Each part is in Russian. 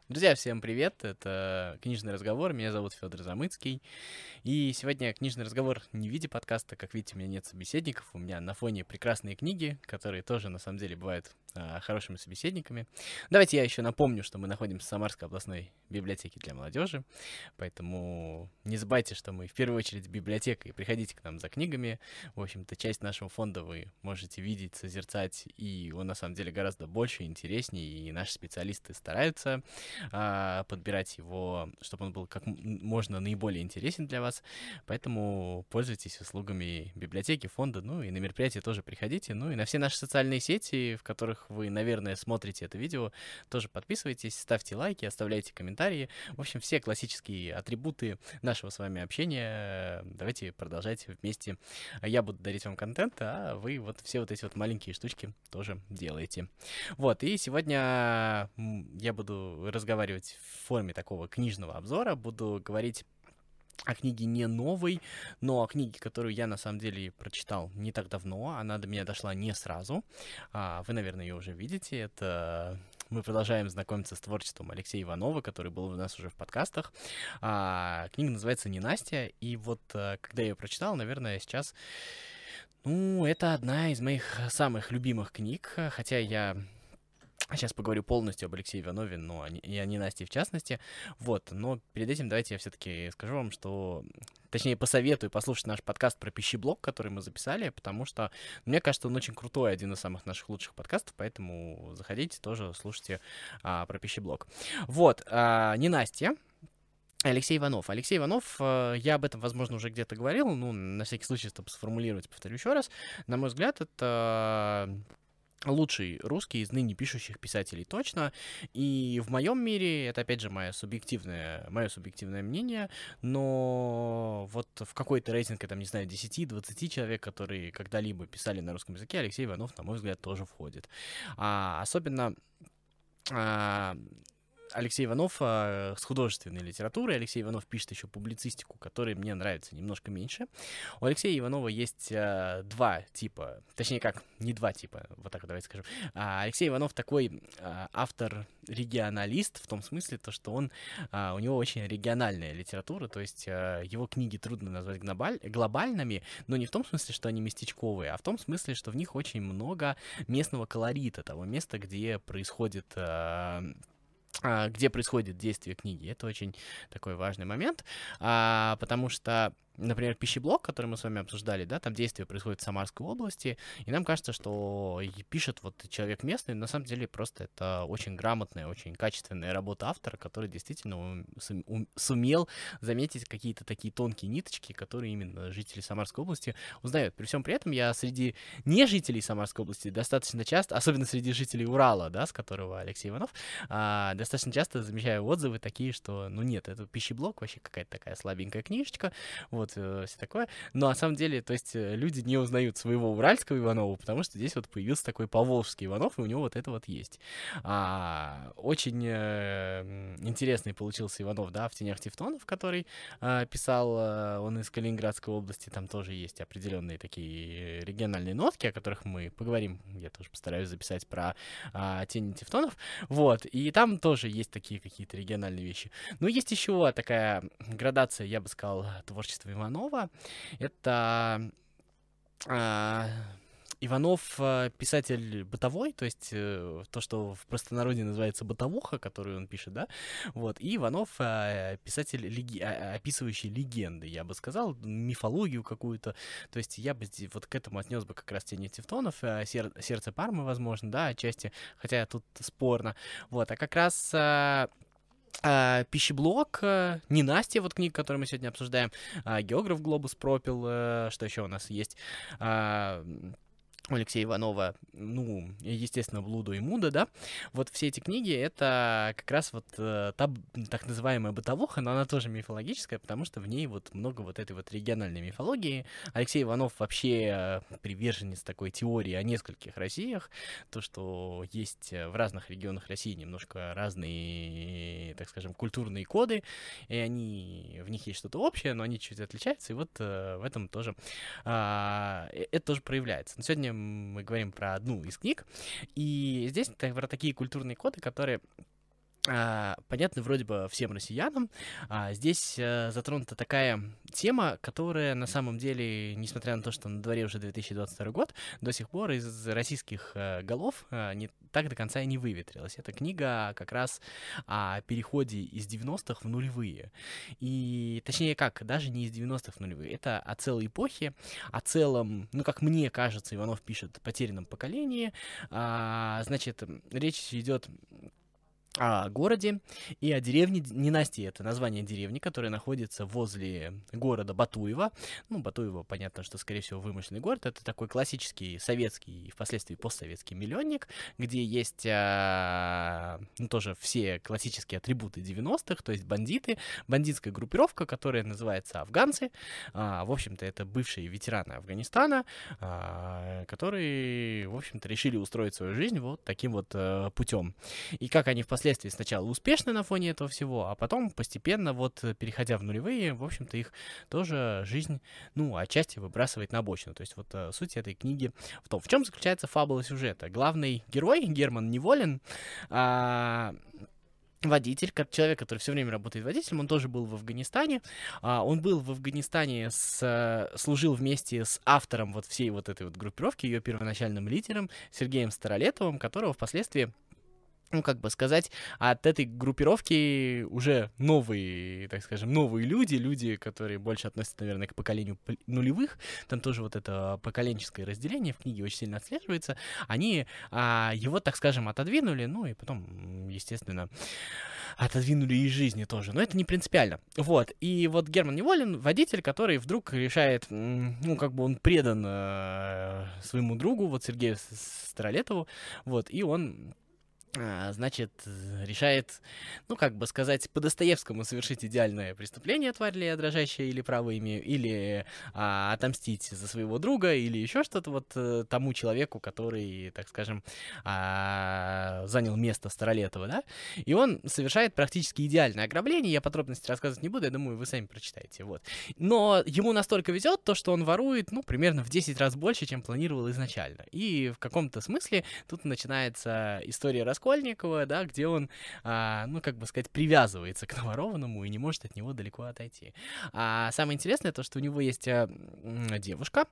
Друзья, всем привет! Это «Книжный разговор», меня зовут Федор Замыцкий. И сегодня «Книжный разговор» не в виде подкаста, как видите, у меня нет собеседников, у меня на фоне прекрасные книги, которые тоже, на самом деле, бывают хорошими собеседниками. Давайте я еще напомню, что мы находимся в Самарской областной библиотеке для молодежи, поэтому не забывайте, что мы в первую очередь библиотека, и приходите к нам за книгами. В общем-то, часть нашего фонда вы можете видеть, созерцать, и он, на самом деле, гораздо больше и интереснее, и наши специалисты стараются подбирать его, чтобы он был как можно наиболее интересен для вас. Поэтому пользуйтесь услугами библиотеки, фонда, ну и на мероприятия тоже приходите. Ну и на все наши социальные сети, в которых вы, наверное, смотрите это видео, тоже подписывайтесь, ставьте лайки, оставляйте комментарии. В общем, все классические атрибуты нашего с вами общения. Давайте продолжать вместе. Я буду дарить вам контент, а вы вот все вот эти вот маленькие штучки тоже делаете. Вот, и сегодня я буду разговаривать в форме такого книжного обзора, буду говорить о книге не новой, но о книге, которую я на самом деле прочитал не так давно, она до меня дошла не сразу. Вы, наверное, ее уже видите, это... Мы продолжаем знакомиться с творчеством Алексея Иванова, который был у нас уже в подкастах. Книга называется «Ненастье», и вот когда я ее прочитал, наверное, сейчас... Ну, это одна из моих самых любимых книг, хотя я сейчас поговорю полностью об Алексее Иванове, но и о Ненастье в частности. Вот, но перед этим давайте я все-таки скажу вам, что... Точнее, посоветую послушать наш подкаст про пищеблок, который мы записали, потому что, мне кажется, он очень крутой, один из самых наших лучших подкастов, поэтому заходите, тоже слушайте про пищеблок. Вот, Ненастье. Алексей Иванов. Алексей Иванов, я об этом, возможно, уже где-то говорил, ну, на всякий случай, чтобы сформулировать, повторю еще раз. На мой взгляд, это лучший русский из ныне пишущих писателей точно. И в моем мире, это опять же мое субъективное мнение, но вот в какой-то рейтинг, я там, не знаю, 10-20 человек, которые когда-либо писали на русском языке, Алексей Иванов, на мой взгляд, тоже входит. Особенно... Алексей Иванов с художественной литературой. Алексей Иванов пишет еще публицистику, которая мне нравится немножко меньше. У Алексея Иванова есть два типа, точнее как, не два типа, вот так вот давайте скажем. Алексей Иванов такой автор-регионалист, в том смысле, то, что он, у него очень региональная литература, то есть его книги трудно назвать глобальными, но не в том смысле, что они местечковые, а в том смысле, что в них очень много местного колорита, того места, где происходит действие книги. Это очень такой важный момент, потому что, например, пищеблок, который мы с вами обсуждали, да, там действие происходит в Самарской области, и нам кажется, что пишет вот человек местный, на самом деле просто это очень грамотная, очень качественная работа автора, который действительно сумел заметить какие-то такие тонкие ниточки, которые именно жители Самарской области узнают. При всем при этом я среди не жителей Самарской области достаточно часто, особенно среди жителей Урала, да, с которого Алексей Иванов, достаточно часто замечаю отзывы такие, что, ну нет, это пищеблок, вообще какая-то такая слабенькая книжечка, вот, все такое. Но на самом деле, то есть люди не узнают своего уральского Иванова, потому что здесь вот появился такой поволжский Иванов, и у него вот это вот есть. Очень интересный получился Иванов, да, в «Тенях Тевтонов», который писал, он из Калининградской области, там тоже есть определенные такие региональные нотки, о которых мы поговорим, я тоже постараюсь записать про «Тени Тевтонов», вот, и там тоже есть такие какие-то региональные вещи. Но есть еще такая градация, я бы сказал, творчества Иванова. Это Иванов писатель бытовой, то есть то, что в простонародье называется бытовуха, которую он пишет, да, вот, и Иванов писатель, описывающий легенды, я бы сказал, мифологию какую-то, то есть я бы вот к этому отнес бы как раз «Тени Тевтонов», «Сердце Пармы», возможно, да, отчасти, хотя тут спорно, вот, а как раз... пищеблок, «Ненастье», вот книга, которую мы сегодня обсуждаем, «Географ Глобус пропил», что еще у нас есть, у Алексея Иванова, ну, естественно, «Блуда и Муда», да, вот все эти книги, это как раз вот та так называемая бытовуха, но она тоже мифологическая, потому что в ней вот много вот этой вот региональной мифологии. Алексей Иванов вообще приверженец такой теории о нескольких Россиях, то, что есть в разных регионах России немножко разные, так скажем, культурные коды, и в них есть что-то общее, но они чуть отличаются, и вот в этом тоже, это тоже проявляется. Но сегодня мы говорим про одну из книг, и здесь про такие культурные коды, которые понятно вроде бы всем россиянам. Здесь затронута такая тема, которая на самом деле, несмотря на то, что на дворе уже 2022 год, до сих пор из российских голов не так до конца и не выветрилась. Эта книга как раз о переходе из 90-х в нулевые. И точнее как, даже не из 90-х в нулевые. Это о целой эпохе, о целом, ну как мне кажется, Иванов пишет, потерянном поколении. Значит, речь идет о городе и о деревне Ненастье. Это название деревни, которая находится возле города Батуева. Ну, Батуево, понятно, что, скорее всего, вымышленный город. Это такой классический советский и впоследствии постсоветский миллионник, где есть тоже все классические атрибуты 90-х, то есть бандиты, бандитская группировка, которая называется афганцы. В общем-то, это бывшие ветераны Афганистана, которые, в общем-то, решили устроить свою жизнь вот таким вот путем. И как они впоследствии сначала успешны на фоне этого всего, а потом постепенно, вот переходя в нулевые, в общем-то, их тоже жизнь, ну, отчасти выбрасывает на обочину. То есть вот суть этой книги в том, в чем заключается фабула сюжета. Главный герой, Герман Неволин, водитель, как человек, который все время работает водителем, он тоже был в Афганистане. Он был в Афганистане, служил вместе с автором вот всей вот этой вот группировки, ее первоначальным лидером Сергеем Старолетовым, которого впоследствии, ну, как бы сказать, от этой группировки уже новые, так скажем, новые люди, которые больше относятся, наверное, к поколению нулевых, там тоже вот это поколенческое разделение в книге очень сильно отслеживается, они его, так скажем, отодвинули, ну, и потом, естественно, отодвинули из жизни тоже, но это не принципиально. Вот, и вот Герман Неволин, водитель, который вдруг решает, ну, как бы он предан своему другу, вот Сергею Старолетову, вот, и он значит, решает, ну, как бы сказать, по Достоевскому совершить идеальное преступление, тварь ли я дрожащая или право имею, или отомстить за своего друга, или еще что-то вот тому человеку, который, так скажем, занял место Старолетова, да, и он совершает практически идеальное ограбление, я подробности рассказывать не буду, я думаю, вы сами прочитаете, вот. Но ему настолько везет то, что он ворует, ну, примерно в 10 раз больше, чем планировал изначально, и в каком-то смысле тут начинается история Раскольникова, да, где он, ну, как бы сказать, привязывается к наворованному и не может от него далеко отойти. Самое интересное то, что у него есть девушка,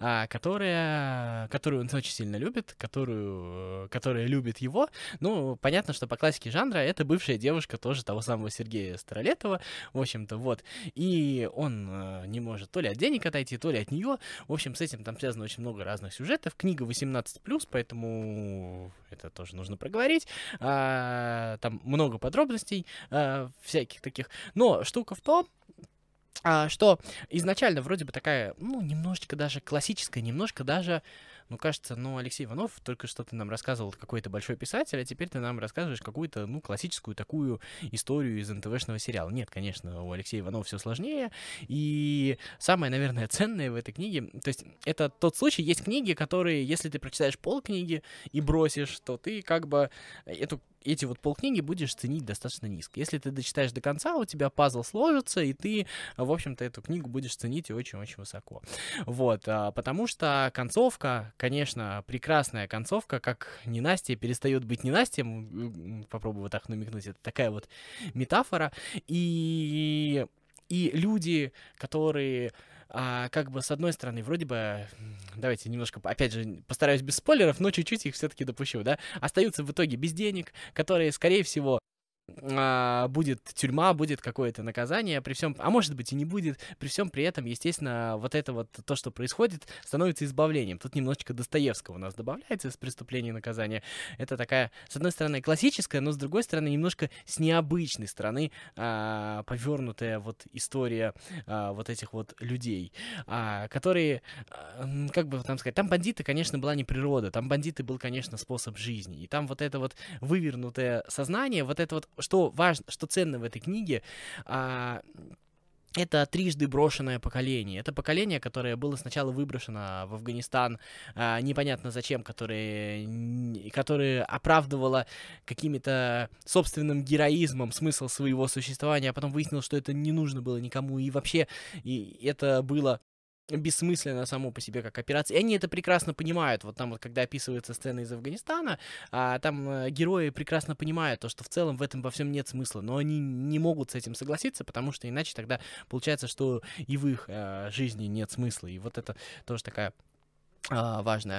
которую он очень сильно любит, которая любит его. Ну, понятно, что по классике жанра это бывшая девушка тоже того самого Сергея Старолетова, в общем-то, вот. И он не может то ли от денег отойти, то ли от нее. В общем, с этим там связано очень много разных сюжетов. Книга 18+, поэтому это тоже нужно проговорить. Там много подробностей всяких таких. Но штука в том, что изначально вроде бы такая, ну, немножечко даже классическая, немножко даже, ну, кажется, ну, Алексей Иванов, только что ты нам рассказывал какой-то большой писатель, а теперь ты нам рассказываешь какую-то, ну, классическую такую историю из НТВшного сериала. Нет, конечно, у Алексея Иванова все сложнее, и самое, наверное, ценное в этой книге, то есть это тот случай, есть книги, которые, если ты прочитаешь полкниги и бросишь, то ты как бы эти вот полкниги будешь ценить достаточно низко. Если ты дочитаешь до конца, у тебя пазл сложится, и ты, в общем-то, эту книгу будешь ценить очень-очень высоко. Вот, потому что концовка, конечно, прекрасная концовка, как ненастье перестает быть ненастьем, попробую вот так намекнуть, это такая вот метафора, и люди, которые как бы, с одной стороны, вроде бы, давайте немножко, опять же, постараюсь без спойлеров, но чуть-чуть их все-таки допущу, да, остаются в итоге без денег, которые, скорее всего, будет тюрьма, будет какое-то наказание, при всем, а может быть и не будет, при всем при этом, естественно, вот это вот то, что происходит, становится избавлением. Тут немножечко Достоевского у нас добавляется из преступления и наказания. Это такая, с одной стороны, классическая, но с другой стороны, немножко с необычной стороны повернутая вот история вот этих вот людей, которые, как бы там сказать, там бандиты, конечно, была не природа, там бандиты был, конечно, способ жизни, и там вот это вот вывернутое сознание, вот это вот, что важно, что ценно в этой книге, это трижды брошенное поколение. Это поколение, которое было сначала выброшено в Афганистан, непонятно зачем, которое оправдывало каким-то собственным героизмом смысл своего существования, а потом выяснилось, что это не нужно было никому, и вообще и это было бессмысленно само по себе как операция. И они это прекрасно понимают. Вот там вот, когда описывается сцена из Афганистана, там герои прекрасно понимают то, что в целом в этом во всем нет смысла, но они не могут с этим согласиться, потому что иначе тогда получается, что и в их жизни нет смысла. И вот это тоже такая важная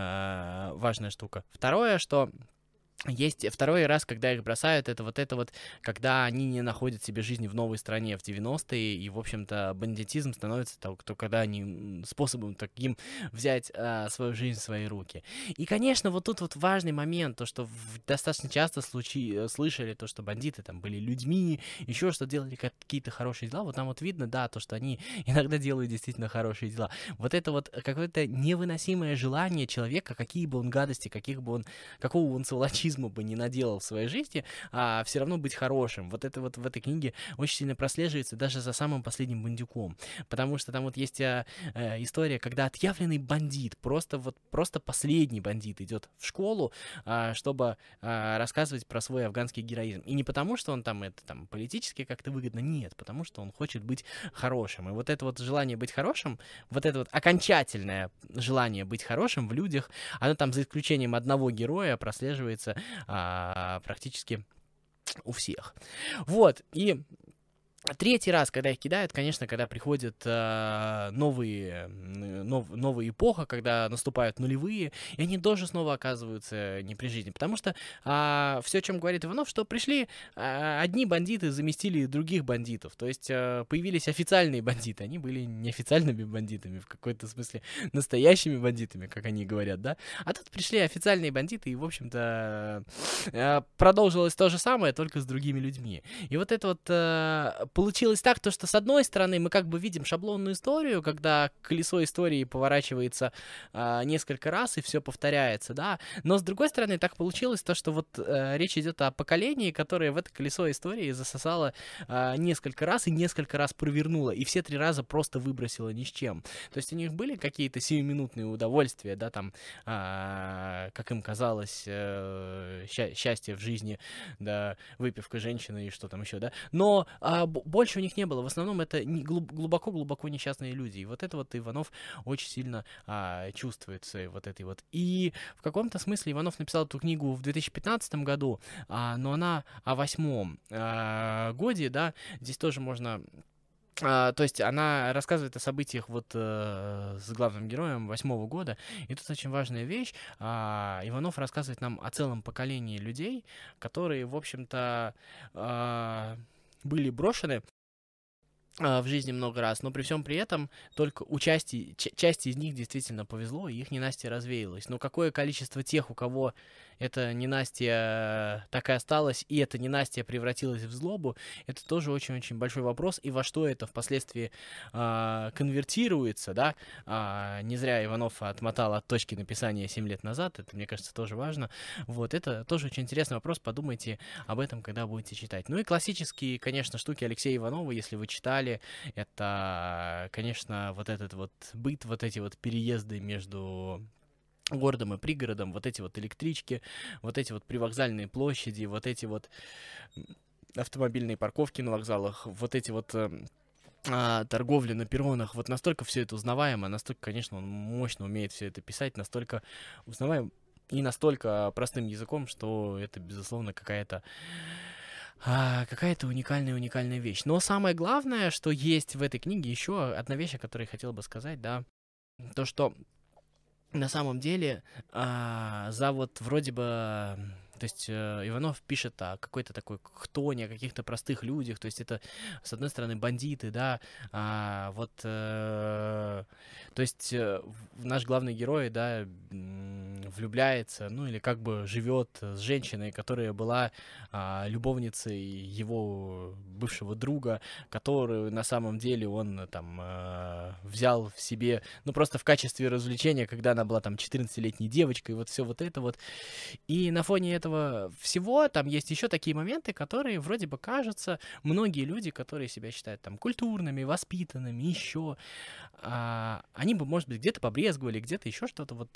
штука. Второе, что есть второй раз, когда их бросают, это вот, когда они не находят себе жизни в новой стране в 90-е, и, в общем-то, бандитизм становится только когда они способом таким взять свою жизнь в свои руки. И, конечно, вот тут вот важный момент, то, что достаточно часто слышали, то, что бандиты там были людьми, еще что делали какие-то хорошие дела, вот там вот видно, да, то, что они иногда делают действительно хорошие дела. Вот это вот какое-то невыносимое желание человека, какие бы он гадости, какого он сволочизма бы не наделал в своей жизни, все равно быть хорошим. Вот это вот в этой книге очень сильно прослеживается даже за самым последним бандюком. Потому что там вот есть история, когда отъявленный бандит, просто последний бандит идет в школу, чтобы рассказывать про свой афганский героизм. И не потому, что он там политически как-то выгодно, нет, потому что он хочет быть хорошим. И вот это вот желание быть хорошим, вот это вот окончательное желание быть хорошим в людях, оно там за исключением одного героя прослеживается практически у всех. Вот, и третий раз, когда их кидают, конечно, когда приходит новая эпоха, когда наступают нулевые, и они тоже снова оказываются не при жизни. Потому что все, о чем говорит Иванов, что пришли одни бандиты, заместили других бандитов. То есть появились официальные бандиты. Они были неофициальными бандитами, в какой-то смысле настоящими бандитами, как они говорят, да? А тут пришли официальные бандиты, и, в общем-то, продолжилось то же самое, только с другими людьми. И вот это вот получилось так, то, что с одной стороны мы как бы видим шаблонную историю, когда колесо истории поворачивается несколько раз и все повторяется, да, но с другой стороны так получилось то, что вот речь идет о поколении, которое в это колесо истории засосало несколько раз и несколько раз провернуло, и все 3 раза просто выбросило ни с чем. То есть у них были какие-то сиюминутные удовольствия, да, там, как им казалось, счастье в жизни, да, выпивка женщины и что там еще, да, но больше у них не было. В основном это глубоко-глубоко несчастные люди. И вот это вот Иванов очень сильно чувствует своей вот этой вот. И в каком-то смысле Иванов написал эту книгу в 2015 году, но она о 2008 годе, да, здесь тоже можно... то есть она рассказывает о событиях вот с главным героем 2008 года, и тут очень важная вещь. Иванов рассказывает нам о целом поколении людей, которые, в общем-то, были брошены в жизни много раз, но при всем при этом только части из них действительно повезло, и их ненастье развеялось. Но какое количество тех, у кого это ненастье так и осталось, и это ненастье превратилось в злобу, это тоже очень-очень большой вопрос, и во что это впоследствии конвертируется, да, не зря Иванов отмотал от точки написания 7 лет назад, это, мне кажется, тоже важно, вот, это тоже очень интересный вопрос, подумайте об этом, когда будете читать. Ну и классические, конечно, штуки Алексея Иванова, если вы читали, это, конечно, вот этот вот быт, вот эти вот переезды между городом и пригородом, вот эти вот электрички, вот эти вот привокзальные площади, вот эти вот автомобильные парковки на вокзалах, вот эти вот торговли на перронах, вот настолько все это узнаваемо, настолько, конечно, он мощно умеет все это писать, настолько узнаваемо и настолько простым языком, что это, безусловно, какая-то уникальная вещь. Но самое главное, что есть в этой книге, еще одна вещь, о которой я хотел бы сказать, да, то, что на самом деле за вот вроде бы... То есть Иванов пишет о какой-то такой хтоне, о каких-то простых людях. То есть это, с одной стороны, бандиты, да, то есть наш главный герой, да, влюбляется, ну или как бы живет с женщиной, которая была любовницей его бывшего друга, которую на самом деле он там взял в себе, ну просто в качестве развлечения, когда она была там 14-летней девочкой, вот все вот это вот. И на фоне этого всего там есть еще такие моменты, которые вроде бы кажутся, многие люди, которые себя считают там культурными, воспитанными, еще, они бы, может быть, где-то побрезговали, где-то еще что-то вот.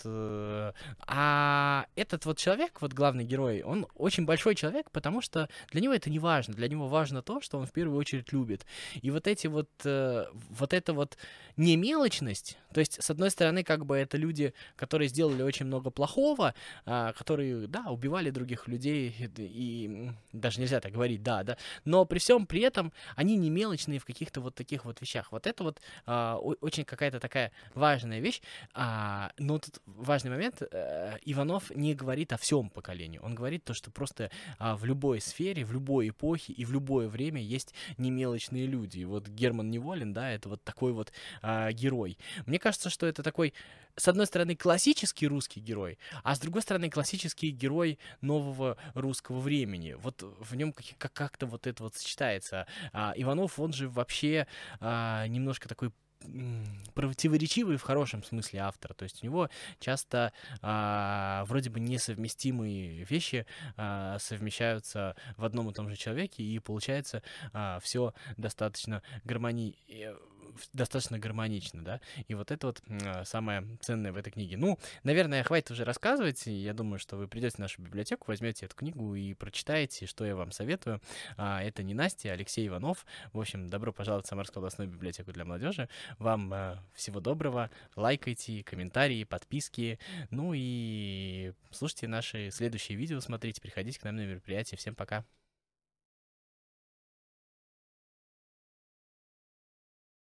А этот вот человек, вот главный герой, он очень большой человек, потому что для него это не важно. Для него важно то, что он в первую очередь любит. И вот эти вот, вот эта вот немелочность, то есть, с одной стороны, как бы это люди, которые сделали очень много плохого, которые, да, убивали других людей, и даже нельзя так говорить, да, но при всем при этом они не мелочные в каких-то вот таких вот вещах. Вот это вот очень какая-то такая важная вещь, но тут важный момент, Иванов не говорит о всем поколении, он говорит то, что просто в любой сфере, в любой эпохе и в любое время есть немелочные люди. И вот Герман Неволин, да, это вот такой вот герой. Мне кажется, что это такой, с одной стороны, классический русский герой, а с другой стороны, классический герой нового русского времени. Вот в нем как-то вот это вот сочетается. Иванов, он же вообще немножко такой противоречивый в хорошем смысле автор. То есть у него часто вроде бы несовместимые вещи совмещаются в одном и том же человеке, и получается все достаточно гармонично, да, и вот это вот самое ценное в этой книге. Ну, наверное, хватит уже рассказывать, я думаю, что вы придете в нашу библиотеку, возьмете эту книгу и прочитаете, что я вам советую. Это не Настя, а Алексей Иванов. В общем, добро пожаловать в Самарскую областную библиотеку для молодежи. Вам всего доброго, лайкайте, комментарии, подписки, ну и слушайте наши следующие видео, смотрите, приходите к нам на мероприятие. Всем пока!